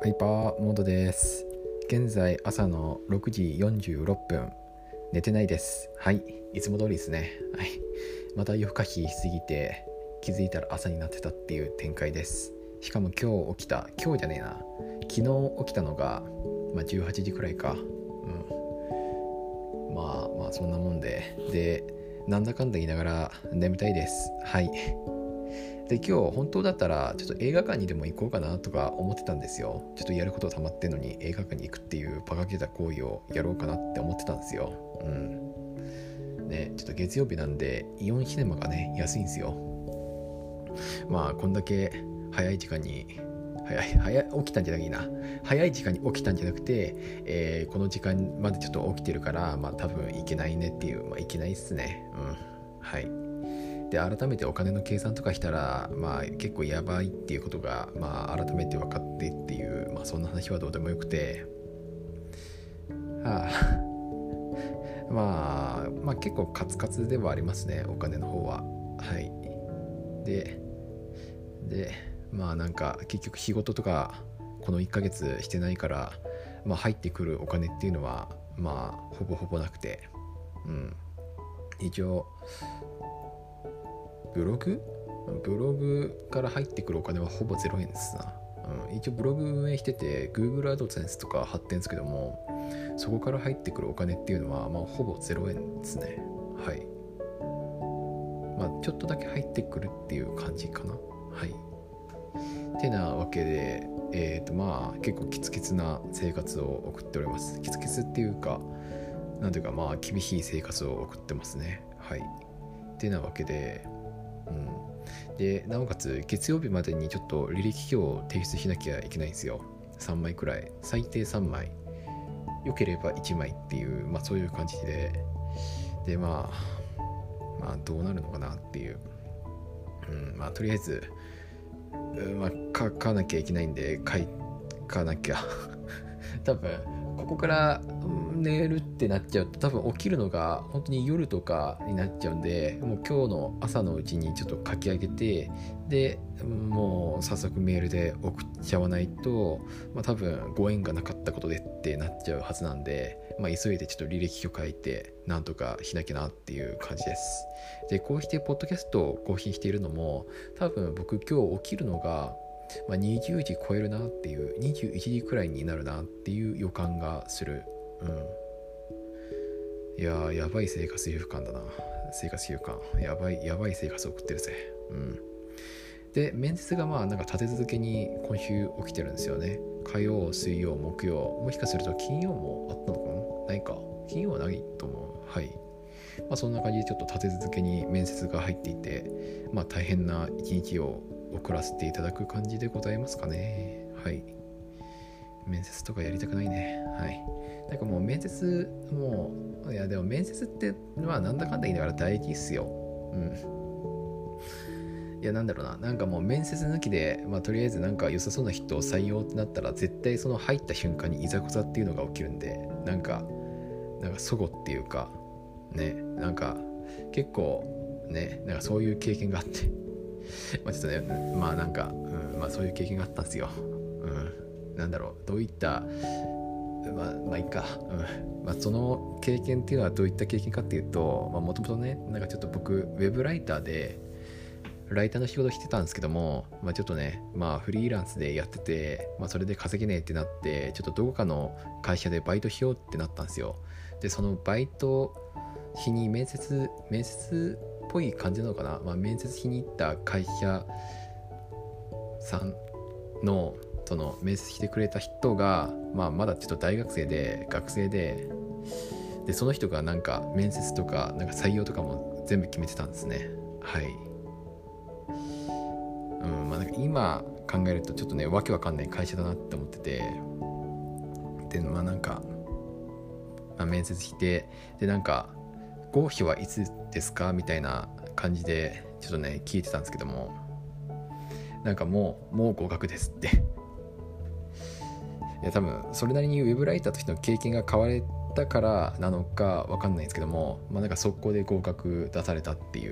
ハイパーモードです。現在朝の6時46分。寝てないです。はい、いつも通りですね。はい、また夜更かししすぎて気づいたら朝になってたっていう展開です。しかも今日じゃねえな、昨日起きたのが、18時くらいか。まあそんなもんでなんだかんだ言いながら眠たいです。はい。で今日本当だったらちょっと映画館にでも行こうかなとか思ってたんですよ。ちょっとやること溜まってんのに映画館に行くっていうバカげた行為をやろうかなって思ってたんですよ。ちょっと月曜日なんでイオンシネマがね安いんですよ。こんだけ早い時間に起きたんじゃないな早い時間に起きたんじゃなくて、この時間までちょっと起きてるから多分いけないねっていう、いけないっすね。はい。で改めてお金の計算とかしたら結構やばいっていうことが改めて分かってっていう、そんな話はどうでもよくて、結構カツカツではありますね、お金の方は。はい。でなんか結局仕事とかこの1ヶ月してないから、入ってくるお金っていうのはほぼほぼなくて、一応ブログから入ってくるお金はほぼ0円ですな。一応ブログ運営してて Google AdSense とか貼ってんですけども、そこから入ってくるお金っていうのはほぼ0円ですね。はい。ちょっとだけ入ってくるっていう感じかな。はい。てなわけで結構キツキツな生活を送っております。キツキツっていうかなんていうか厳しい生活を送ってますね。はい。てなわけででなおかつ月曜日までにちょっと履歴表を提出しなきゃいけないんですよ。3枚くらい、最低3枚、良ければ1枚っていう、そういう感じでどうなるのかなっていう、とりあえず、書かなきゃいけないんで書かなきゃ多分ここから寝るってなっちゃうと多分起きるのが本当に夜とかになっちゃうんで、もう今日の朝のうちにちょっと書き上げて、でもう早速メールで送っちゃわないと、多分ご縁がなかったことでってなっちゃうはずなんで、急いでちょっと履歴書書いてなんとかしなきゃなっていう感じです。でこうしてポッドキャストを更新しているのも多分僕今日起きるのが20時超えるなっていう、21時くらいになるなっていう予感がする。いややばい生活習慣だな。やばい生活を送ってるぜ。で面接がなんか立て続けに今週起きてるんですよね。火曜、水曜、木曜、もしかすると金曜もあったのかな。ないか、金曜はないと思う。はい。そんな感じでちょっと立て続けに面接が入っていて、大変な一日を送らせていただく感じでございますかね。はい。面接とかやりたくないね。はい。なんかもう面接でも面接ってなんだかんだ言いながら大事っすよ。いやなんだろうな、なんかもう面接抜きでとりあえずなんか良さそうな人を採用ってなったら絶対その入った瞬間にいざこざっていうのが起きるんで、なんか齟齬っていうかね、なんか結構ね、なんかそういう経験があってちょっとねそういう経験があったんですよ。なんだろう、どういったいいか。その経験っていうのはどういった経験かっていうと、もともとね、なんかちょっと僕ウェブライターでライターの仕事してたんですけども、ちょっとねフリーランスでやってて、それで稼げねえってなって、ちょっとどこかの会社でバイトしようってなったんですよ。でそのバイト日に面接っぽい感じなのかな、面接しに行った会社さんのその面接してくれた人が、まだちょっと大学生で学生でその人がなんか面接とかなんか採用とかも全部決めてたんですね。はい。なんか今考えるとちょっとねわけわかんない会社だなって思ってて、でなんか、面接してでなんか合否はいつですかみたいな感じでちょっとね聞いてたんですけども、なんかもう合格ですっていや多分それなりにウェブライターとしての経験が変われたからなのかわかんないんですけども、なんか速攻で合格出されたっていう、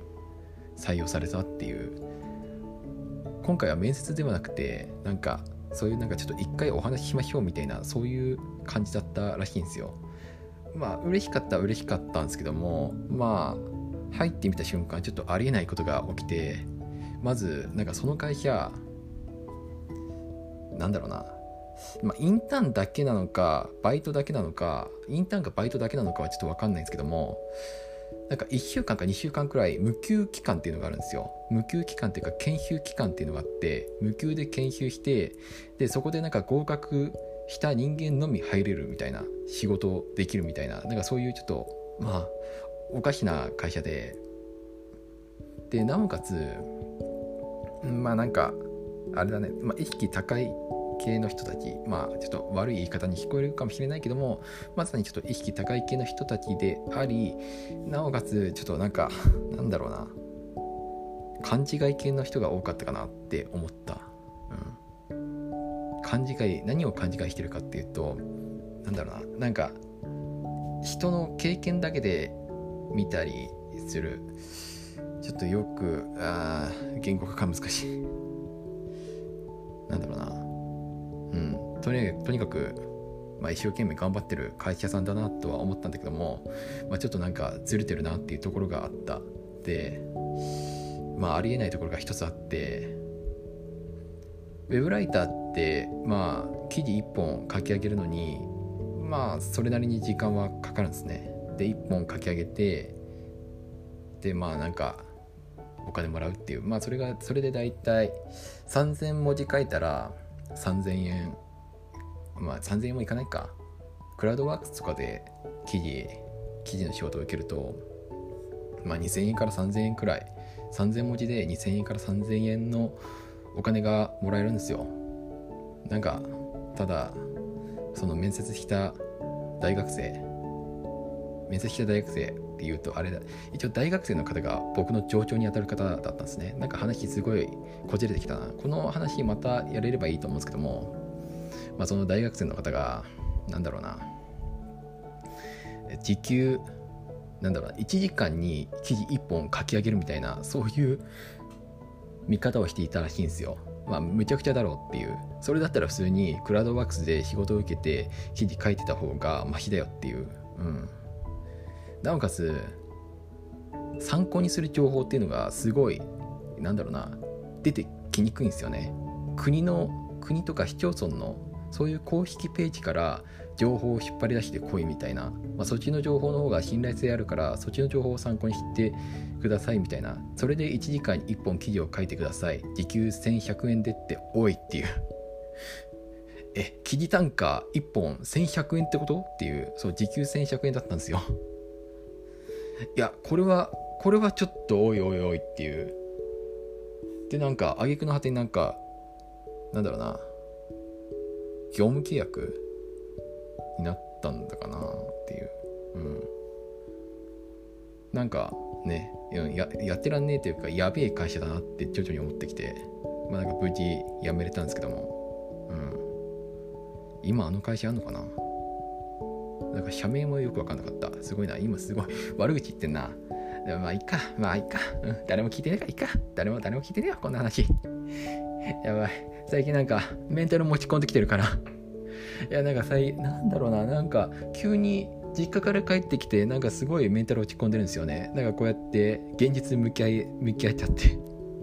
採用されたっていう。今回は面接ではなくてなんかそういうなんかちょっと一回お話ししましょうみたいな、そういう感じだったらしいんですよ。まあ嬉しかったんですけども、まあ入ってみた瞬間ちょっとありえないことが起きて、まずなんかその会社、なんだろうな、まあ、インターンだけなのかバイトだけなのか、インターンかバイトだけなのかはちょっと分かんないんですけども、なんか1週間か2週間くらい無給期間っていうのがあるんですよ。無給期間っていうか研修期間っていうのがあって、無給で研修して、でそこでなんか合格した人間のみ入れるみたいな、仕事できるみたいな、なんかそういうちょっとまあおかしな会社で、でなおかつまあなんかあれだね、まあ、意識高い系の人たち、まあちょっと悪い言い方に聞こえるかもしれないけども、まさにちょっと意識高い系の人たちであり、なおかつちょっとなんかなんだろうな、勘違い系の人が多かったかなって思った。勘違い、何を勘違いしてるかっていうと、なんだろうな、なんか人の経験だけで見たりする、ちょっとよく言語化が難しい、なんだろうな、とにかく、まあ、一生懸命頑張ってる会社さんだなとは思ったんだけども、まあ、ちょっとなんかずれてるなっていうところがあった。で、まあありえないところが一つあって、ウェブライターってまあ記事1本書き上げるのにまあそれなりに時間はかかるんですね。で1本書き上げて、でまあなんかお金もらうっていう、まあそれでだいたい3000文字書いたら3000円、まあ3000円もいかないか、クラウドワークスとかで記事の仕事を受けると、まあ2000円から3000円くらい、3000文字で2000円から3000円のお金がもらえるんですよ。なんかただその面接した大学生っていうとあれだ、一応大学生の方が僕の上長に当たる方だったんですね。なんか話すごいこじれてきたな。この話またやれればいいと思うんですけども、まあその大学生の方がなんだろうな、時給なんだろうな、1時間に記事1本書き上げるみたいな、そういう見方をしていたらしいんですよ。まあむちゃくちゃだろうっていう、それだったら普通にクラウドワークスで仕事を受けて記事書いてた方がマシだよっていう、なおかつ参考にする情報っていうのがすごいなんだろうな、出てきにくいんですよね。国とか市町村のそういう公式ページから情報を引っ張り出してこいみたいな、まあ、そっちの情報の方が信頼性あるからそっちの情報を参考にしてくださいみたいな、それで1時間に1本記事を書いてください、時給1100円でっておいっていう記事単価1本1100円ってことっていう、そう時給1100円だったんですよ。いやこれはちょっとおいおいおいっていう。でなんか挙句の果てになんかなんだろうな、業務契約になったんだかなっていう、なんかね、やってらんねえというかやべえ会社だなって徐々に思ってきて、まあなんか無事辞めれたんですけども、今あの会社あんのかな、なんか社名もよく分かんなかった。すごいな、今すごい悪口言ってんな。でもまあいいか、誰も聞いてねえからいいか、誰も聞いてねえよこんな話。やばい、最近なんかメンタル持ち込んできてるからいやなんかなんだろうな、なんか急に実家から帰ってきてなんかすごいメンタル落ち込んでるんですよね。なんかこうやって現実に向き合っちゃって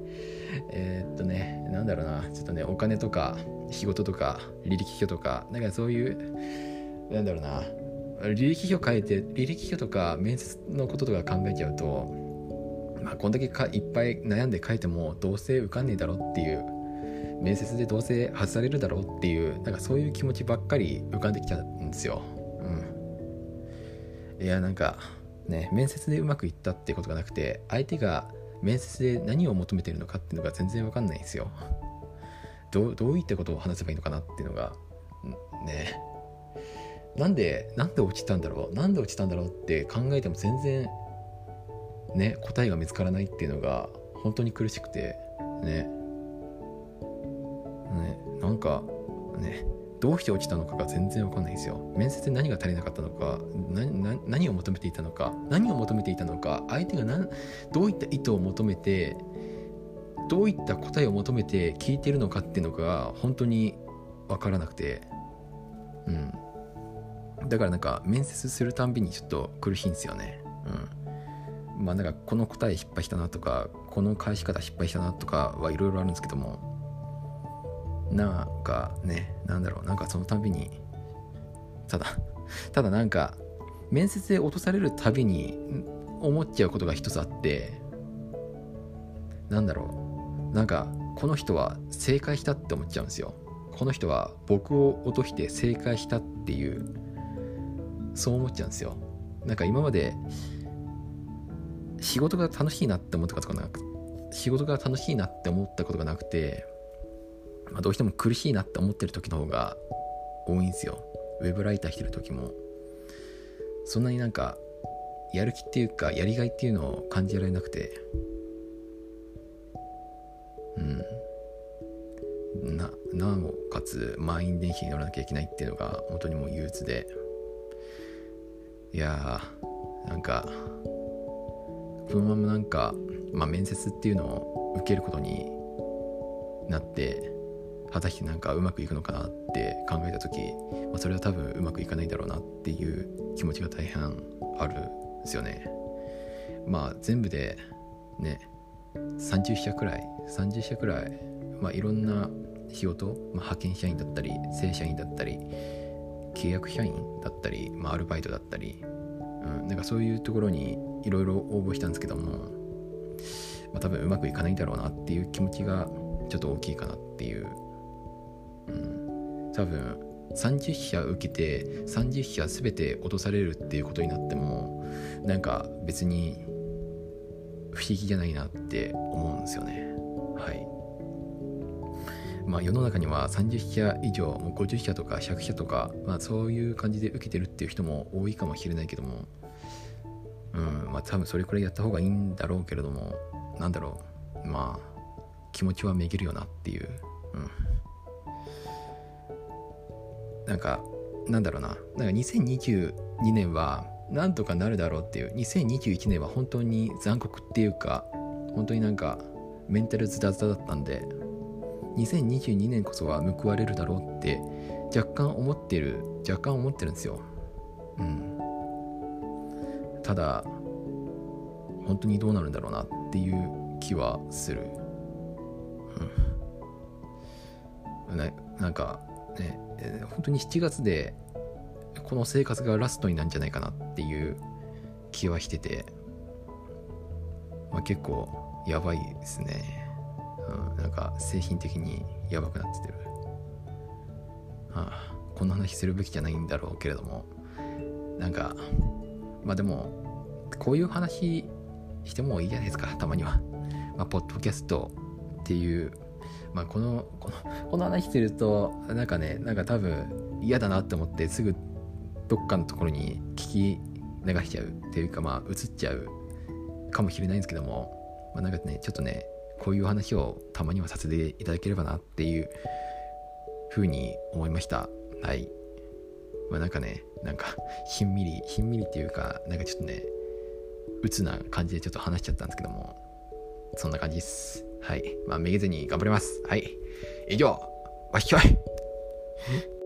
なんだろうな、ちょっとね、お金とか仕事とか履歴書とかなんかそういうなんだろうな、履歴書とか面接のこととか考えちゃうと、まあこんだけいっぱい悩んで書いてもどうせ受かんねえだろっていう、面接でどうせ外されるだろうっていう、なんかそういう気持ちばっかり浮かんできちゃうんですよ。いやなんかね、面接でうまくいったってことがなくて、相手が面接で何を求めてるのかっていうのが全然わかんないんですよ。どういったことを話せばいいのかなっていうのがね、なんで落ちたんだろうって考えても全然ね、答えが見つからないっていうのが本当に苦しくてね、なんかね、どうして落ちたのかが全然わかんないんですよ。面接で何が足りなかったのか、何を求めていたのか、相手がどういった意図を求めて、どういった答えを求めて聞いてるのかっていうのが本当に分からなくて、だからなんか面接するたんびにちょっと苦しいんですよね。まあなんかこの答え失敗したなとか、この返し方失敗したなとかはいろいろあるんですけども、なんかね、なんだろう、なんかそのたびにただなんか面接で落とされるたびに思っちゃうことが一つあって、なんだろう、なんかこの人は正解したって思っちゃうんですよ。この人は僕を落として正解したっていう、そう思っちゃうんですよ。なんか今まで仕事が楽しいなって思ったことがなくて、どうしても苦しいなって思ってる時の方が多いんですよ。ウェブライターしてる時もそんなになんかやる気っていうかやりがいっていうのを感じられなくて、なおかつ満員電車に乗らなきゃいけないっていうのが本当にもう憂鬱で、いやーなんかこのままなんか、面接っていうのを受けることになって果たしてなんかうまくいくのかなって考えた時、それは多分うまくいかないだろうなっていう気持ちが大変あるんですよね。全部でね30社くらい、いろんな仕事、派遣社員だったり正社員だったり契約社員だったり、アルバイトだったり、なんかそういうところにいろいろ応募したんですけども、多分うまくいかないだろうなっていう気持ちがちょっと大きいかなっていう、多分30社受けて30社全て落とされるっていうことになってもなんか別に不思議じゃないなって思うんですよね。世の中には30社以上もう50社とか100社とか、そういう感じで受けてるっていう人も多いかもしれないけども、多分それくらいやった方がいいんだろうけれども、なんだろう、気持ちはめげるよなっていう、なんか2022年はなんとかなるだろうっていう、2021年は本当に残酷っていうか、本当になんかメンタルズタズタだったんで、2022年こそは報われるだろうって若干思ってるんですよ。ただ本当にどうなるんだろうなっていう気はする。なんかね、本当に7月でこの生活がラストになるんじゃないかなっていう気はしてて、結構やばいですね。なんか精神的にやばくなってる。こんな話するべきじゃないんだろうけれども、なんかでもこういう話してもいいじゃないですか、たまには。ポッドキャストっていう、この話してるとなんか多分嫌だなって思ってすぐどっかのところに聞き流しちゃうっていうか、映っちゃうかもしれないんですけども、ちょっとねこういう話をたまにはさせていただければなっていう風に思いました。なんかひんみりっていうか、ちょっとね鬱な感じでちょっと話しちゃったんですけども、そんな感じです。めげずに頑張ります。以上、わっしょい。